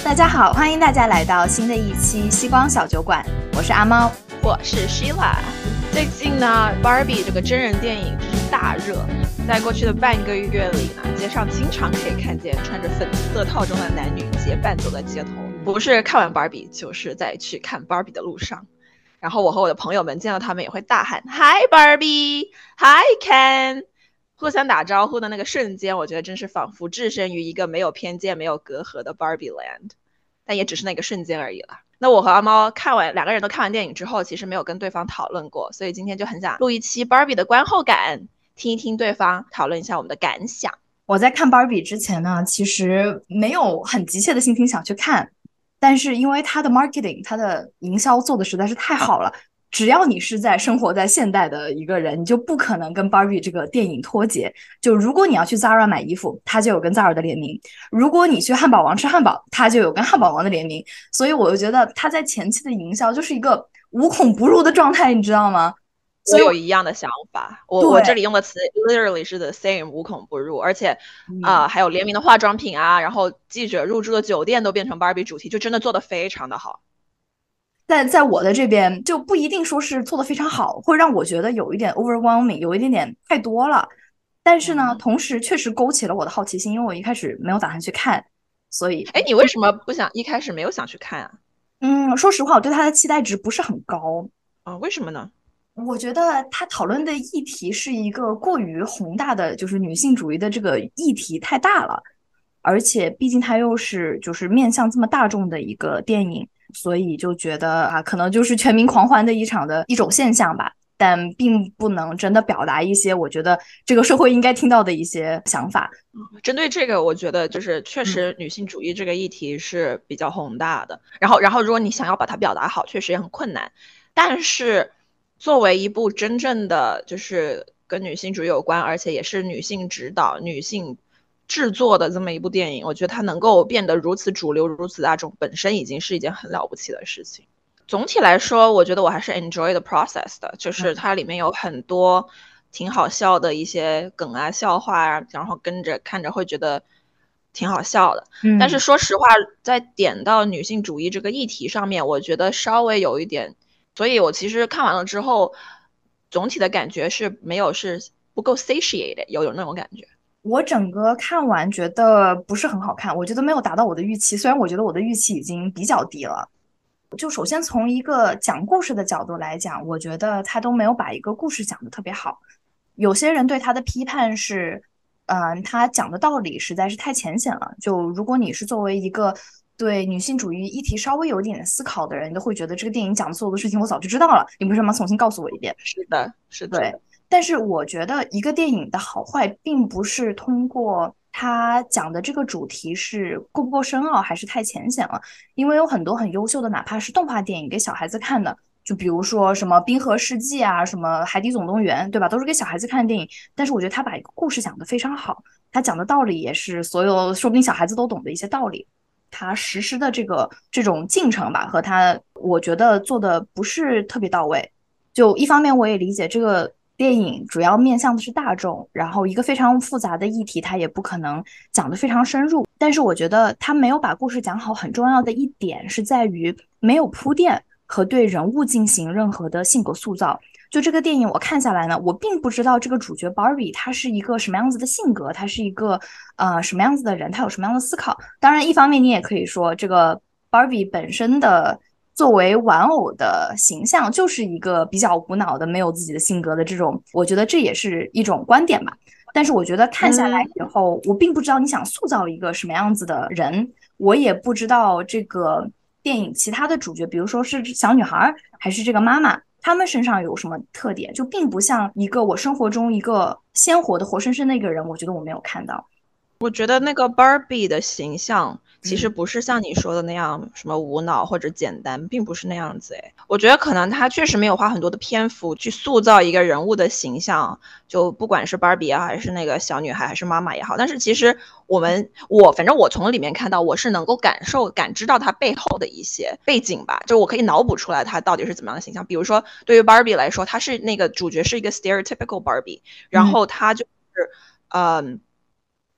大家好，欢迎大家来到新的一期西光小酒馆，我是阿猫， 我是 Sheila。 最近呢 Barbie 这个真人电影真是大热，在过去的半个月里呢，街上经常可以看见穿着粉色套装的男女结伴走在街头，不是看完 Barbie 就是在去看 Barbie 的路上。然后我和我的朋友们见到他们也会大喊 Hi Barbie Hi Ken， 互相打招呼的那个瞬间，我觉得真是仿佛置身于一个没有偏见没有隔阂的 Barbie Land， 但也只是那个瞬间而已了。那我和阿猫两个人都看完电影之后，其实没有跟对方讨论过，所以今天就很想录一期 Barbie 的观后感，听一听对方讨论一下我们的感想。 我在看 Barbie 之前呢，其实没有很急切的心情想去看，但是因为它的 marketing， 它的营销做的实在是太好了，只要你是生活在现代的一个人，你就不可能跟 Barbie 这个电影脱节。就如果你要去 Zara 买衣服，它就有跟 Zara 的联名；如果你去汉堡王吃汉堡，它就有跟汉堡王的联名。所以我就觉得它在前期的营销就是一个无孔不入的状态，你知道吗？ 我有一样的想法，我这里用的词 literally 是 the same， 无孔不入，而且还有联名的化妆品啊，然后记者入住的酒店都变成 Barbie 主题，就真的做得非常的好。 在我的这边就不一定说是做得非常好，会让我觉得有一点 overwhelming， 有一点点太多了。但是呢，同时确实勾起了我的好奇心，因为我一开始没有打算去看，所以你为什么一开始没有想去看啊？ 说实话，我对它的期待值不是很高。 为什么呢？ 我觉得他讨论的议题是一个过于宏大的，就是女性主义的这个议题太大了，而且毕竟它又是就是面向这么大众的一个电影，所以就觉得可能就是全民狂欢的一种现象吧，但并不能真的表达一些我觉得这个社会应该听到的一些想法。 针对这个，我觉得就是确实女性主义这个议题是比较宏大的，然后如果你想要把它表达好，确实也很困难。但是作为一部真正的就是跟女性主义有关，而且也是女性指导、女性制作的这么一部电影，我觉得它能够变得如此主流、如此大众，本身已经是一件很了不起的事情。总体来说，我觉得我还是 enjoy the process 的，就是它里面有很多挺好笑的一些梗啊、笑话啊，然后跟着看着会觉得挺好笑的。但是说实话，在点到女性主义这个议题上面，我觉得稍微有一点，所以我其实看完了之后，总体的感觉是不够 satiated，有那种感觉。 我整个看完觉得不是很好看，我觉得没有达到我的预期，虽然我觉得我的预期已经比较低了。就首先从一个讲故事的角度来讲，我觉得他都没有把一个故事讲得特别好。有些人对他的批判是，他讲的道理实在是太浅显了。就如果你是作为一个对女性主义议题稍微有一点思考的人，你都会觉得这个电影讲的所有的事情我早就知道了，你为什么重新告诉我一遍？ 是的，是的。 对，但是我觉得一个电影的好坏，并不是通过他讲的这个主题是够不够深奥，还是太浅显了。因为有很多很优秀的，哪怕是动画电影给小孩子看的，就比如说什么《冰河世纪》啊，什么《海底总动员》，对吧？都是给小孩子看的电影。但是我觉得他把一个故事讲得非常好，他讲的道理也是所有说不定小孩子都懂的一些道理。他实施的这种进程吧，和他我觉得做的不是特别到位。就一方面我也理解这个电影主要面向的是大众，然后一个非常复杂的议题它也不可能讲得非常深入，但是我觉得他没有把故事讲好，很重要的一点是在于没有铺垫和对人物进行任何的性格塑造。就这个电影我看下来呢，我并不知道这个主角 Barbie 他是一个什么样子的性格，他是一个什么样子的人，他有什么样的思考。当然一方面你也可以说这个 Barbie 本身的作为玩偶的形象就是一个比较无脑的没有自己的性格的这种，我觉得这也是一种观点吧。但是我觉得看下来以后，我并不知道你想塑造一个什么样子的人，我也不知道这个电影其他的主角，比如说是小女孩还是这个妈妈，他们身上有什么特点，就并不像一个我生活中一个鲜活的活生生的一个人，我觉得我没有看到。 我觉得那个 Barbie 的形象其实不是像你说的那样什么无脑或者简单，并不是那样子。我觉得可能他确实没有花很多的篇幅去塑造一个人物的形象，就不管是 Barbie 啊，还是那个小女孩，还是妈妈也好。但是其实反正我从里面看到，我是能够感知到他背后的一些背景吧，就我可以脑补出来他到底是怎么样的形象。比如说对于 Barbie 来说，他是那个主角是一个 stereotypical Barbie，然后他就是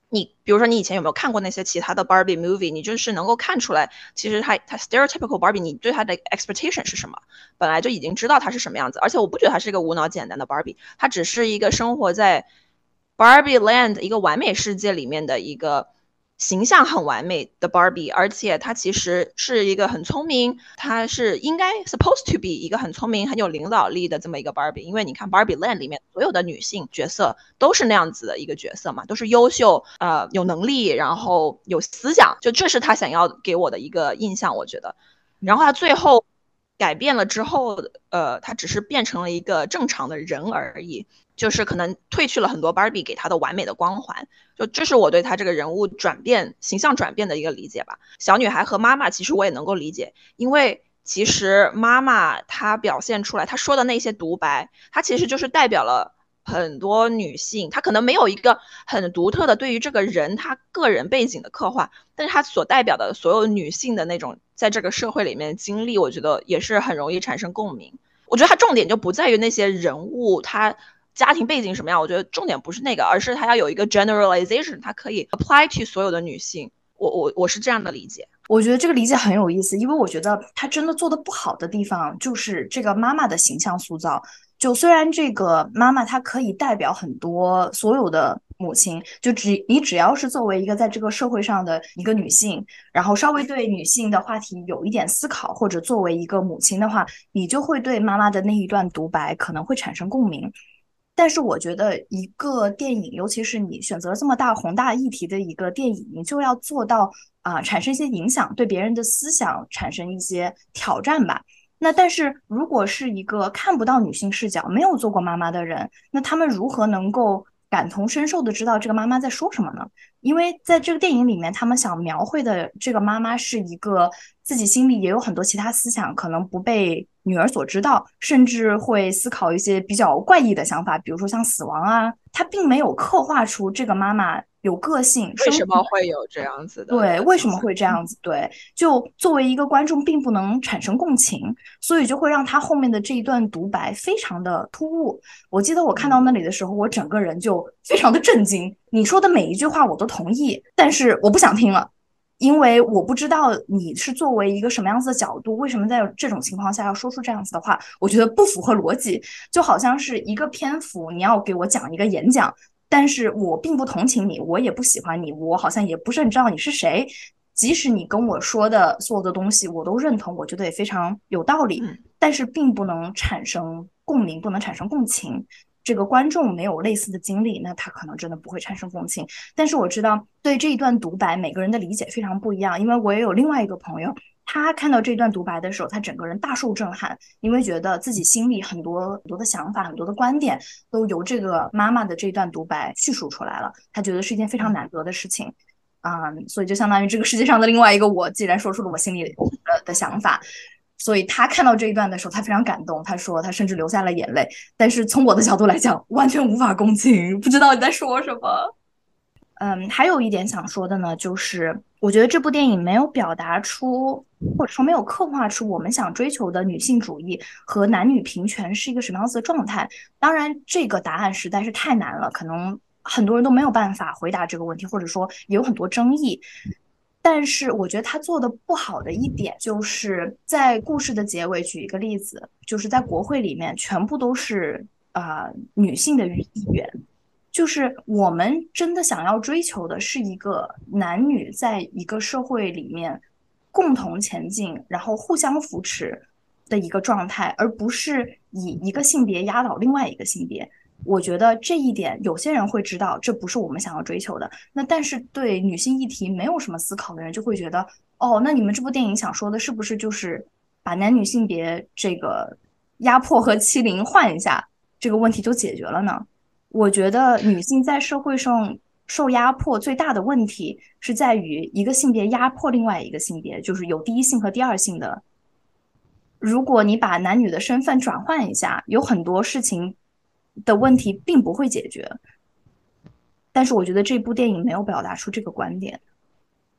你比如说你以前有没有看过那些其他的 Barbie movie，你就是能够看出来，其实它 stereotypical Barbie，你对它的 expectation 是什么，本来就已经知道它是什么样子。而且我不觉得它是一个无脑简单的 Barbie，它只是一个生活在 Barbie Land 一个完美世界里面的一个形象很完美的 Barbie，而且她其实是一个很聪明，她是应该 supposed to be 一个很聪明、很有领导力的这么一个 Barbie。因为你看 Barbie Land 里面所有的女性角色都是那样子的一个角色嘛，都是优秀，有能力，然后有思想，就这是她想要给我的一个印象，我觉得。然后她最后改变了之后，她只是变成了一个正常的人而已。就是可能褪去了很多 Barbie 给她的完美的光环，就这是我对她这个人物转变、形象转变的一个理解吧。小女孩和妈妈其实我也能够理解，因为其实妈妈她表现出来，她说的那些独白，她其实就是代表了很多女性，她可能没有一个很独特的对于这个人她个人背景的刻画，但是她所代表的所有女性的那种在这个社会里面的经历，我觉得也是很容易产生共鸣。我觉得它重点就不在于那些人物他家庭背景什么样，我觉得重点不是那个，而是它要有一个 generalization， 它可以 apply to 所有的女性。我是这样的理解。 我觉得这个理解很有意思，因为我觉得他真的做的不好的地方就是这个妈妈的形象塑造。就虽然这个妈妈她可以代表很多所有的母亲，你只要是作为一个在这个社会上的一个女性，然后稍微对女性的话题有一点思考，或者作为一个母亲的话，你就会对妈妈的那一段独白可能会产生共鸣。但是我觉得一个电影，尤其是你选择这么大宏大议题的一个电影，你就要做到产生一些影响，对别人的思想产生一些挑战吧。那但是如果是一个看不到女性视角、没有做过妈妈的人，那他们如何能够感同身受的知道这个妈妈在说什么呢？因为在这个电影里面，他们想描绘的这个妈妈是一个自己心里也有很多其他思想，可能不被女儿所知道，甚至会思考一些比较怪异的想法，比如说像死亡啊。她并没有刻画出这个妈妈有个性、 为什生么会有这样子对， 的倾向？ 为什么会这样子？对，就作为一个观众，并不能产生共情，所以就会让他后面的这一段独白非常的突兀。我记得我看到那里的时候，我整个人就非常的震惊。你说的每一句话我都同意，但是我不想听了，因为我不知道你是作为一个什么样子的角度，为什么在这种情况下要说出这样子的话？我觉得不符合逻辑，就好像是一个篇幅，你要给我讲一个演讲。但是我并不同情你，我也不喜欢你，我好像也不是很知道你是谁。即使你跟我说的所有的东西我都认同，我觉得也非常有道理，但是并不能产生共鸣，不能产生共情。这个观众没有类似的经历，那他可能真的不会产生共情。但是我知道，对这一段独白，每个人的理解非常不一样。因为我也有另外一个朋友，他看到这段独白的时候，他整个人大受震撼，因为觉得自己心里很多很多的想法、很多的观点都由这个妈妈的这段独白叙述出来了。他觉得是一件非常难得的事情。所以就相当于这个世界上的另外一个我，既然说出了我心里的想法，所以他看到这一段的时候，他非常感动。他说他甚至流下了眼泪。但是从我的角度来讲，完全无法共情，不知道你在说什么。还有一点想说的呢，就是我觉得这部电影没有表达出，或者说没有刻画出我们想追求的女性主义和男女平权是一个什么样子的状态。当然，这个答案实在是太难了，可能很多人都没有办法回答这个问题，或者说也有很多争议。但是我觉得他做的不好的一点，就是在故事的结尾，举一个例子，就是在国会里面全部都是女性的议员。就是我们真的想要追求的是一个男女在一个社会里面共同前进，然后互相扶持的一个状态，而不是以一个性别压倒另外一个性别。我觉得这一点，有些人会知道这不是我们想要追求的。那但是对女性议题没有什么思考的人，就会觉得，哦，那你们这部电影想说的是不是就是把男女性别这个压迫和欺凌换一下，这个问题就解决了呢？我觉得女性在社会上受压迫最大的问题是在于一个性别压迫另外一个性别，就是有第一性和第二性的。如果你把男女的身份转换一下，有很多事情的问题并不会解决。但是我觉得这部电影没有表达出这个观点。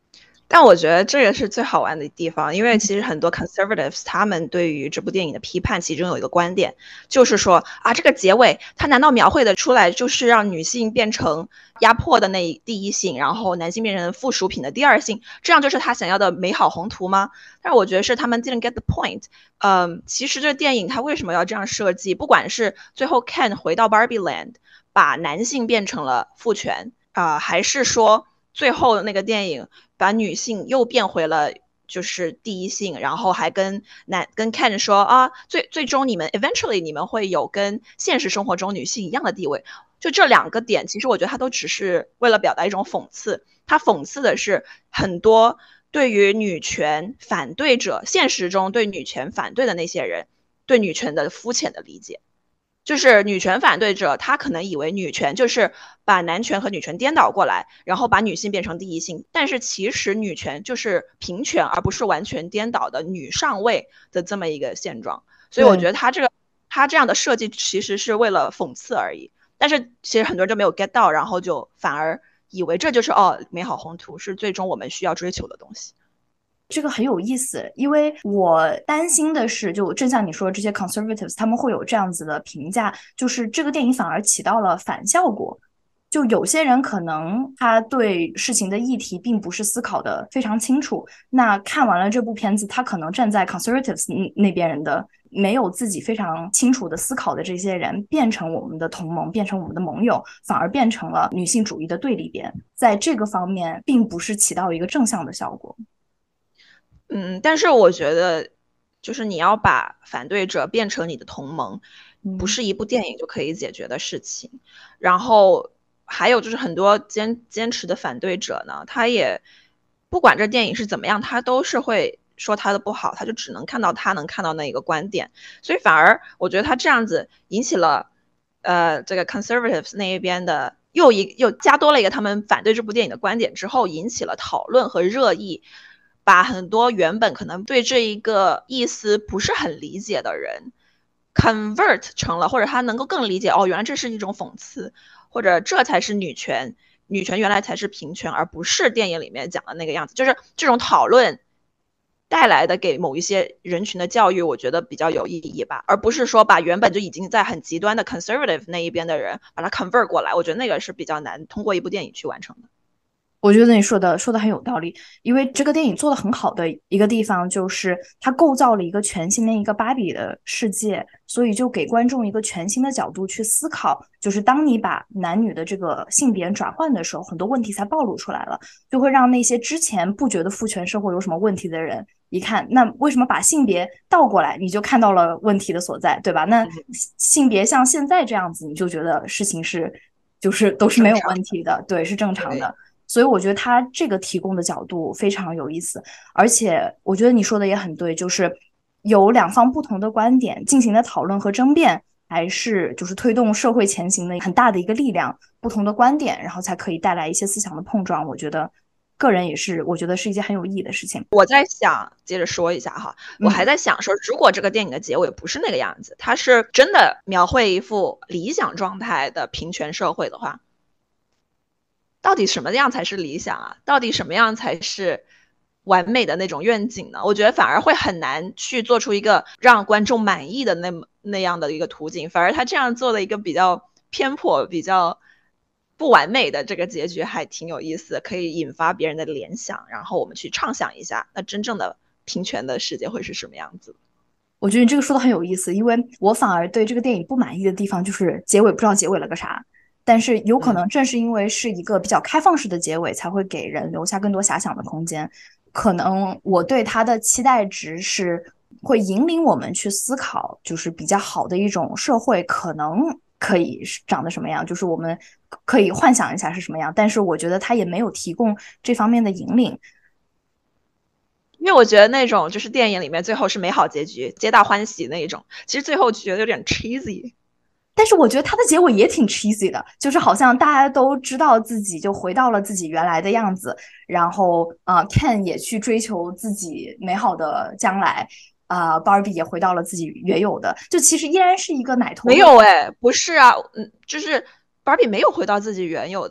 但我觉得这个是最好玩的地方，因为其实很多 conservatives 他们对于这部电影的批判，其中有一个观点，就是说啊，这个结尾他难道描绘的出来就是让女性变成压迫的那第一性，然后男性变成附属品的第二性，这样就是他想要的美好宏图吗？但是我觉得是他们 didn't get the point。其实这电影它为什么要这样设计？不管是最后 Ken 回到 Barbie Land，把男性变成了父权还是说最后那个电影把女性又变回了就是第一性，然后还跟Ken 说啊，最终你们 eventually 你们会有跟现实生活中女性一样的地位。就这两个点，其实我觉得它都只是为了表达一种讽刺。它讽刺的是很多对于女权反对者，现实中对女权反对的那些人对女权的肤浅的理解。就是女权反对者，他可能以为女权就是把男权和女权颠倒过来，然后把女性变成第一性。但是其实女权就是平权，而不是完全颠倒的女上位的这么一个现状。所以我觉得他这样的设计其实是为了讽刺而已。但是其实很多人就没有 get 到，然后就反而以为这就是美好宏图是最终我们需要追求的东西。 这个很有意思，因为我担心的是，就正像你说，这些 conservatives 他们会有这样子的评价，就是这个电影反而起到了反效果。就有些人可能他对事情的议题并不是思考的非常清楚，那看完了这部片子，他可能站在 conservatives 那边人的没有自己非常清楚的思考的这些人，变成我们的同盟，变成我们的盟友，反而变成了女性主义的对立边，在这个方面并不是起到一个正向的效果。 但是我觉得，就是你要把反对者变成你的同盟，不是一部电影就可以解决的事情。然后还有就是很多坚持的反对者呢，他也不管这电影是怎么样，他都是会说他的不好，他就只能看到他能看到那一个观点。所以反而我觉得他这样子引起了这个 conservatives 那一边的又加多了一个他们反对这部电影的观点之后，引起了讨论和热议。把很多原本可能对这一个意思不是很理解的人 convert 成了，或者他能够更理解原来这是一种讽刺，或者这才是女权，女权原来才是平权，而不是电影里面讲的那个样子。就是这种讨论带来的给某一些人群的教育，我觉得比较有意义吧，而不是说把原本就已经在很极端的 conservative 那一边的人把它 convert 过来，我觉得那个是比较难通过一部电影去完成的。 我觉得你说的很有道理，因为这个电影做的很好的一个地方就是它构造了一个全新的一个芭比的世界，所以就给观众一个全新的角度去思考，就是当你把男女的这个性别转换的时候，很多问题才暴露出来了，就会让那些之前不觉得父权社会有什么问题的人一看，那为什么把性别倒过来，你就看到了问题的所在，对吧？那性别像现在这样子，你就觉得事情是就是都是没有问题的，对，是正常的。所以我觉得他这个提供的角度非常有意思，而且我觉得你说的也很对，就是有两方不同的观点进行的讨论和争辩，还是就是推动社会前行的很大的一个力量。不同的观点，然后才可以带来一些思想的碰撞。我觉得个人也是，我觉得是一件很有意义的事情。 我在想，接着说一下哈，我还在想说，如果这个电影的结尾不是那个样子，它是真的描绘一副理想状态的平权社会的话，到底什么样才是理想啊？到底什么样才是完美的那种愿景呢？我觉得反而会很难去做出一个让观众满意的那样的一个途径，反而他这样做的一个比较偏颇、比较不完美的这个结局还挺有意思，可以引发别人的联想，然后我们去畅想一下，那真正的平权的世界会是什么样子。 我觉得你这个说的很有意思，因为我反而对这个电影不满意的地方就是结尾不知道结尾了个啥。但是有可能正是因为是一个比较开放式的结尾，才会给人留下更多遐想的空间。可能我对它的期待值是会引领我们去思考，就是比较好的一种社会可能可以长得什么样，就是我们可以幻想一下是什么样。但是我觉得它也没有提供这方面的引领。 因为我觉得那种就是电影里面最后是美好结局、皆大欢喜那一种，其实最后觉得有点 cheesy。 但是我觉得它的结尾也挺 cheesy 的，就是好像大家都知道自己就回到了自己原来的样子，然后Ken 也去追求自己美好的将来，Barbie 也回到了自己原有的，就其实依然是一个奶头。 没有哎，不是啊，就是 Barbie 没有回到自己原有的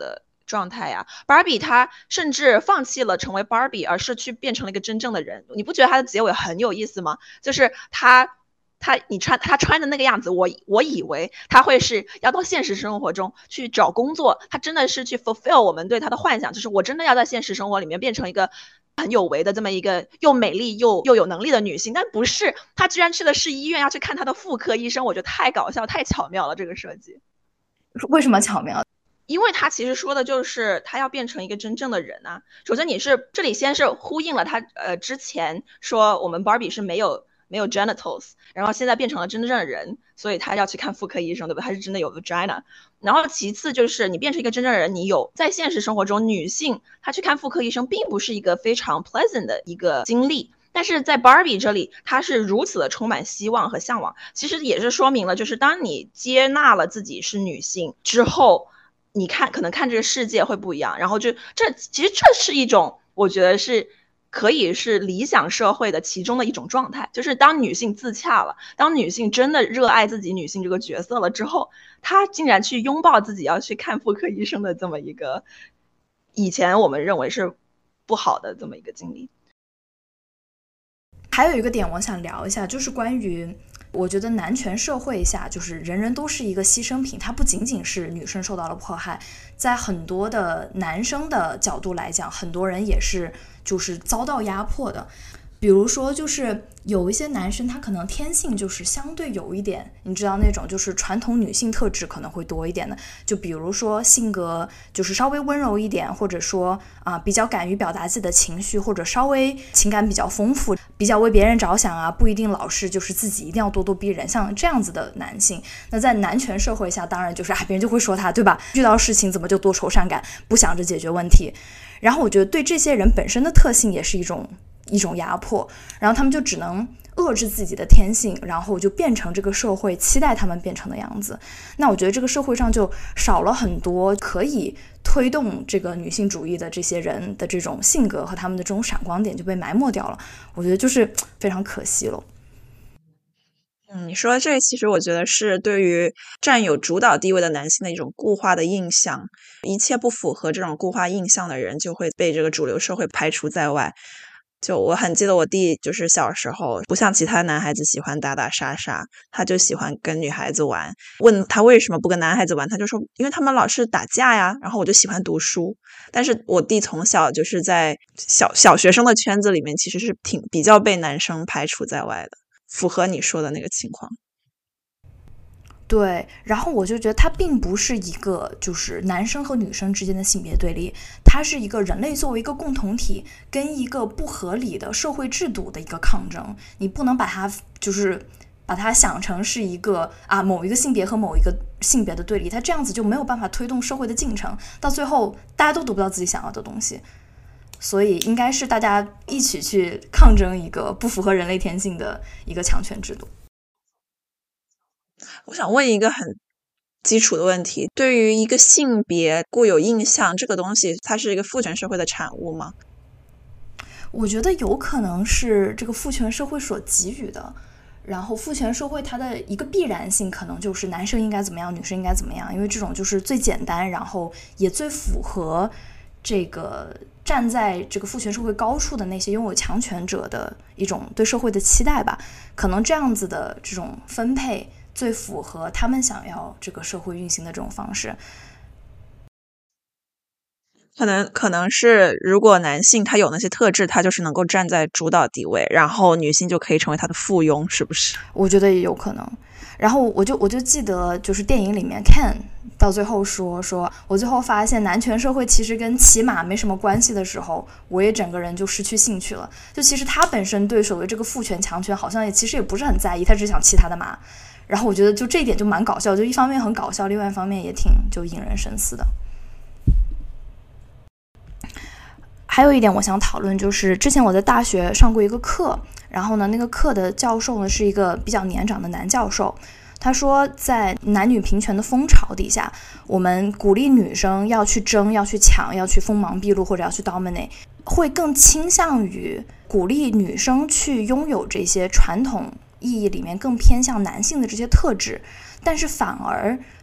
状态呀。Barbie 她甚至放弃了成为 Barbie，而是去变成了一个真正的人。你不觉得她的结尾很有意思吗？就是她穿的那个样子，我以为他会是要到现实生活中去找工作，他真的是去 fulfill 我们对他的幻想，就是我真的要在现实生活里面变成一个很有为的这么一个又美丽又有能力的女性，但不是，她居然去的是医院要去看她的妇科医生，我觉得太搞笑太巧妙了这个设计。 为什么巧妙？ 因为他其实说的就是他要变成一个真正的人啊。首先你是这里先是呼应了他之前说我们 Barbie 是没有 genitals， 然后现在变成了真正的人，所以他要去看妇科医生，对吧？他是真的有 vagina。然后其次就是你变成一个真正的人，你有在现实生活中女性她去看妇科医生并不是一个非常 pleasant 的一个经历。但是在 Barbie 这里，她是如此的充满希望和向往，其实也是说明了，就是当你接纳了自己是女性之后，你可能看这个世界会不一样。然后其实这是一种，我觉得是可以是理想社会的其中的一种状态，就是当女性自洽了，当女性真的热爱自己女性这个角色了之后，她竟然去拥抱自己要去看妇科医生的这么一个以前我们认为是不好的这么一个经历。 还有一个点我想聊一下，就是关于我觉得男权社会下，就是人人都是一个牺牲品，它不仅仅是女生受到了迫害，在很多的男生的角度来讲，很多人也是就是遭到压迫的。比如说就是有一些男生他可能天性就是相对有一点，你知道那种就是传统女性特质可能会多一点的，就比如说性格就是稍微温柔一点，或者说比较敢于表达自己的情绪，或者稍微情感比较丰富，比较为别人着想啊，不一定老是就是自己一定要咄咄逼人，像这样子的男性，那在男权社会下当然就是别人就会说他，对吧？遇到事情怎么就多愁善感，不想着解决问题。然后我觉得对这些人本身的特性也是一种压迫，然后他们就只能遏制自己的天性，然后就变成这个社会期待他们变成的样子。那我觉得这个社会上就少了很多可以推动这个女性主义的这些人的这种性格和他们的这种闪光点就被埋没掉了，我觉得就是非常可惜了。 你说这其实我觉得是对于占有主导地位的男性的一种固化的印象，一切不符合这种固化印象的人就会被这个主流社会排除在外。就我很记得我弟就是小时候不像其他男孩子喜欢打打杀杀，他就喜欢跟女孩子玩，问他为什么不跟男孩子玩，他就说因为他们老是打架呀，然后我就喜欢读书。但是我弟从小就是在小学生的圈子里面其实是比较被男生排除在外的，符合你说的那个情况。 对，然后我就觉得它并不是一个就是男生和女生之间的性别对立，它是一个人类作为一个共同体跟一个不合理的社会制度的一个抗争。你不能把它想成是一个某一个性别和某一个性别的对立，它这样子就没有办法推动社会的进程，到最后大家都得不到自己想要的东西。所以应该是大家一起去抗争一个不符合人类天性的一个强权制度。 我想问一个很基础的问题，对于一个性别固有印象这个东西，它是一个父权社会的产物吗？ 我觉得有可能是这个父权社会所给予的，然后父权社会它的一个必然性可能就是男生应该怎么样，女生应该怎么样，因为这种就是最简单，然后也最符合这个站在这个父权社会高处的那些拥有强权者的一种对社会的期待吧。可能这样子的这种分配最符合他们想要这个社会运行的这种方式。 可能是如果男性他有那些特质，他就是能够站在主导地位，然后女性就可以成为他的附庸，是不是？ 我觉得也有可能。然后我就记得就是电影里面 Ken 到最后说我最后发现男权社会其实跟骑马没什么关系的时候，我也整个人就失去兴趣了。就其实他本身对所谓这个父权强权好像其实也不是很在意，他只想骑他的马。然后我觉得就这一点就蛮搞笑，就一方面很搞笑，另外一方面也挺就引人深思的。还有一点我想讨论，就是之前我在大学上过一个课，然后呢那个课的教授呢是一个比较年长的男教授，他说在男女平权的风潮底下，我们鼓励女生要去争，要去抢，要去锋芒毕露，或者要去 dominate， 会更倾向于鼓励女生去拥有这些传统意义里面更偏向男性的这些特质，但是反而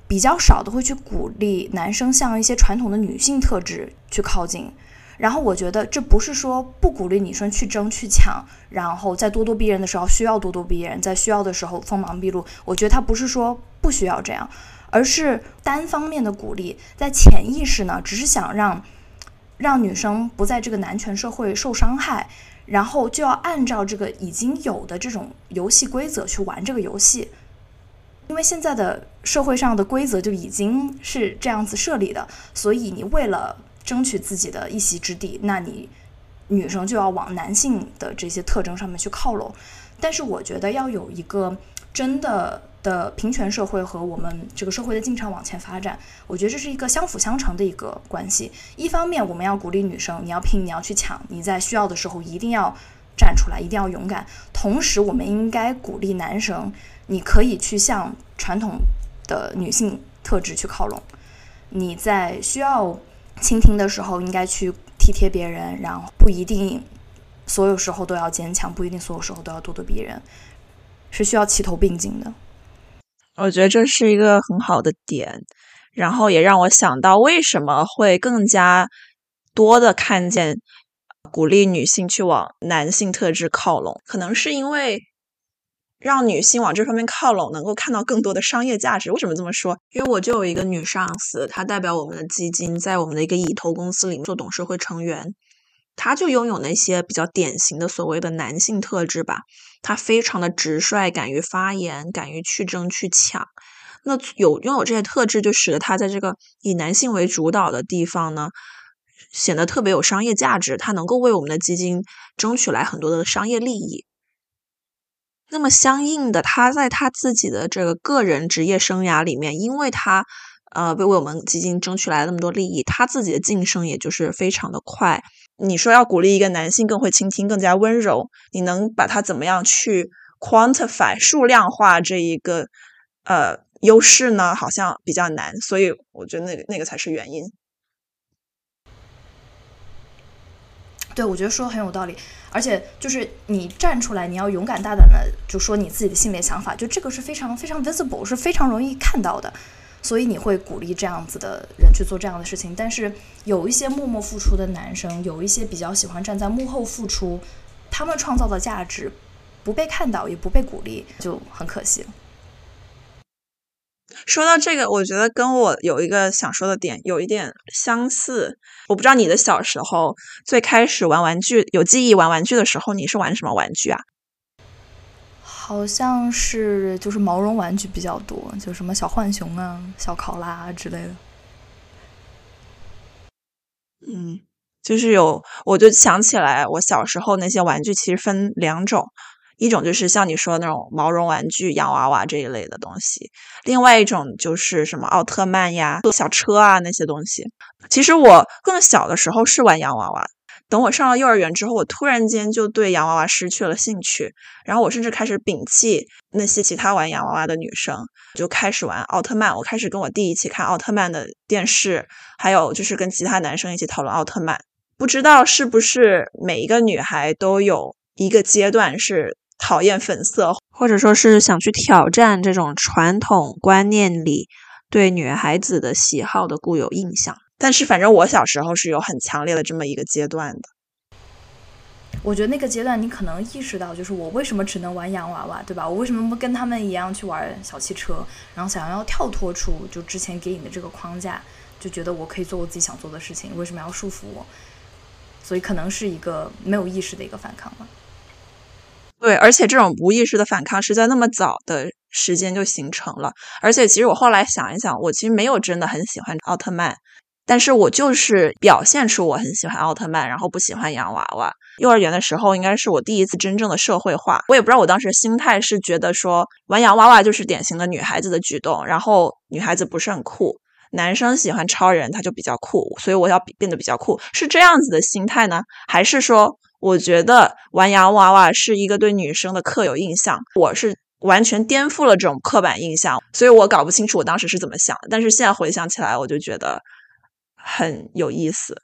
比较少的会去鼓励男生向一些传统的女性特质去靠近。然后我觉得这不是说不鼓励女生去争去抢，然后在咄咄逼人的时候需要咄咄逼人，在需要的时候锋芒毕露，我觉得他不是说不需要这样，而是单方面的鼓励，在潜意识呢只是想让女生不在这个男权社会受伤害，然后就要按照这个已经有的这种游戏规则去玩这个游戏。因为现在的社会上的规则就已经是这样子设立的，所以你为了争取自己的一席之地，那你女生就要往男性的这些特征上面去靠拢。但是我觉得要有一个真的平权社会和我们这个社会的进程往前发展，我觉得这是一个相辅相成的一个关系。一方面我们要鼓励女生，你要拼，你要去抢，你在需要的时候一定要站出来，一定要勇敢。同时我们应该鼓励男生，你可以去向传统的女性特质去靠拢，你在需要倾听的时候应该去体贴别人，然后不一定所有时候都要坚强，不一定所有时候都要咄咄逼人，是需要齐头并进的。 我觉得这是一个很好的点，然后也让我想到为什么会更加多的看见鼓励女性去往男性特质靠拢，可能是因为让女性往这方面靠拢能够看到更多的商业价值。为什么这么说？因为我就有一个女上司，她代表我们的基金在我们的一个以投公司里面做董事会成员，她就拥有那些比较典型的所谓的男性特质吧。她非常的直率，敢于发言，敢于去争去抢。那拥有这些特质，就使得她在这个以男性为主导的地方呢，显得特别有商业价值，她能够为我们的基金争取来很多的商业利益。那么相应的，他在他自己的这个个人职业生涯里面，因为他为我们基金争取来了那么多利益，他自己的晋升也就是非常的快。你说要鼓励一个男性更会倾听，更加温柔，你能把他怎么样去 quantify 数量化这一个优势呢？好像比较难，所以我觉得那个才是原因。 对，我觉得说的很有道理，而且就是你站出来，你要勇敢大胆的就说你自己的性别想法，就这个是非常非常 visible， 是非常容易看到的，所以你会鼓励这样子的人去做这样的事情。但是有一些默默付出的男生，有一些比较喜欢站在幕后付出，他们创造的价值不被看到，也不被鼓励，就很可惜。 说到这个，我觉得跟我有一个想说的点有一点相似。我不知道你的小时候最开始玩玩具，有记忆玩玩具的时候，你是玩什么玩具啊？ 好像是就是毛绒玩具比较多，就什么小浣熊啊、小考拉啊之类的。 就是我就想起来，我小时候那些玩具其实分两种。一种就是像你说的那种毛绒玩具、洋娃娃这一类的东西，另外一种就是什么奥特曼呀、小车啊那些东西。其实我更小的时候是玩洋娃娃，等我上了幼儿园之后，我突然间就对洋娃娃失去了兴趣，然后我甚至开始摒弃那些其他玩洋娃娃的女生，就开始玩奥特曼。我开始跟我弟一起看奥特曼的电视，还有就是跟其他男生一起讨论奥特曼。不知道是不是每一个女孩都有一个阶段是讨厌粉色，或者说是想去挑战这种传统观念里对女孩子的喜好的固有印象。但是反正我小时候是有很强烈的这么一个阶段的。 我觉得那个阶段你可能意识到，就是我为什么只能玩洋娃娃，对吧？我为什么不跟他们一样去玩小汽车，然后想要跳脱出就之前给你的这个框架，就觉得我可以做我自己想做的事情，为什么要束缚我？所以可能是一个没有意识的一个反抗吧。 对，而且这种无意识的反抗是在那么早的时间就形成了。而且其实我后来想一想，我其实没有真的很喜欢奥特曼，但是我就是表现出我很喜欢奥特曼，然后不喜欢洋娃娃。幼儿园的时候应该是我第一次真正的社会化，我也不知道我当时心态是觉得说玩洋娃娃就是典型的女孩子的举动，然后女孩子不是很酷，男生喜欢超人他就比较酷，所以我要变得比较酷，是这样子的心态呢？还是说我觉得玩洋娃娃是一个对女生的刻有印象，我是完全颠覆了这种刻板印象，所以我搞不清楚我当时是怎么想的。但是现在回想起来，我就觉得很有意思。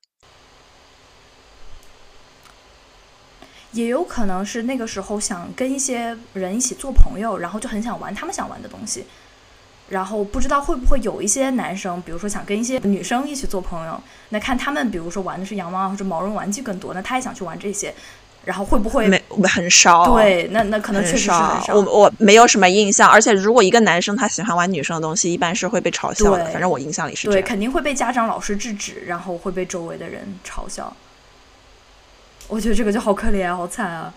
也有可能是那个时候想跟一些人一起做朋友，然后就很想玩他们想玩的东西， 然后不知道会不会有一些男生，比如说想跟一些女生一起做朋友，那看他们比如说玩的是洋娃娃或者毛绒玩具更多，那他也想去玩这些，然后会不会很少？ 对，那可能确实是很少。 我没有什么印象，而且如果一个男生他喜欢玩女生的东西，一般是会被嘲笑的。反正我印象里是这样。 对，肯定会被家长老师制止，然后会被周围的人嘲笑。我觉得这个就好可怜啊，好惨啊。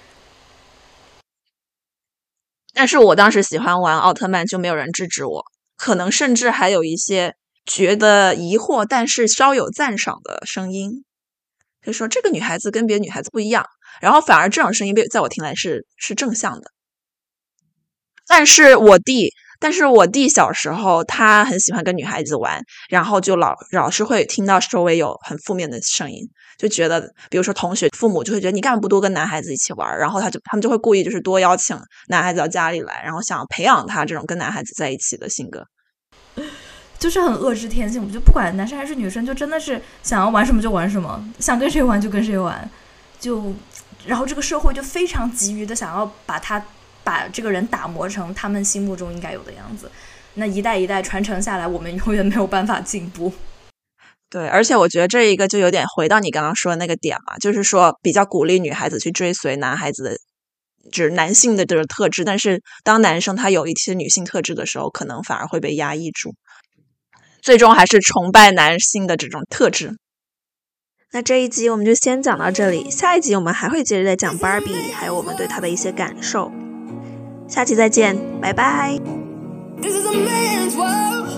但是我当时喜欢玩奥特曼，就没有人制止我，可能甚至还有一些觉得疑惑但是稍有赞赏的声音，就说这个女孩子跟别的女孩子不一样，然后反而这种声音在我听来是正向的。但是我弟小时候他很喜欢跟女孩子玩，然后就老是会听到周围有很负面的声音，就觉得比如说同学父母就会觉得你干嘛不多跟男孩子一起玩，然后他们就会故意就是多邀请男孩子到家里来，然后想培养他这种跟男孩子在一起的性格， 就是很恶之天性。我觉得不管男生还是女生，就真的是想要玩什么就玩什么，想跟谁玩就跟谁玩，然后这个社会就非常急于的想要把这个人打磨成他们心目中应该有的样子，那一代一代传承下来，我们永远没有办法进步。 对，而且我觉得这一个就有点回到你刚刚说的那个点嘛，就是说比较鼓励女孩子去追随男孩子的就是男性的这个特质，但是当男生他有一些女性特质的时候，可能反而会被压抑住，最终还是崇拜男性的这种特质。那这一集我们就先讲到这里，下一集我们还会接着再讲 Barbie 还有我们对她的一些感受，下期再见，拜拜。 This is a man's world,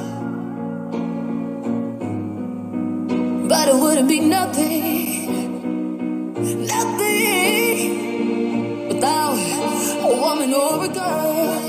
but it wouldn't be nothing without a woman or a girl.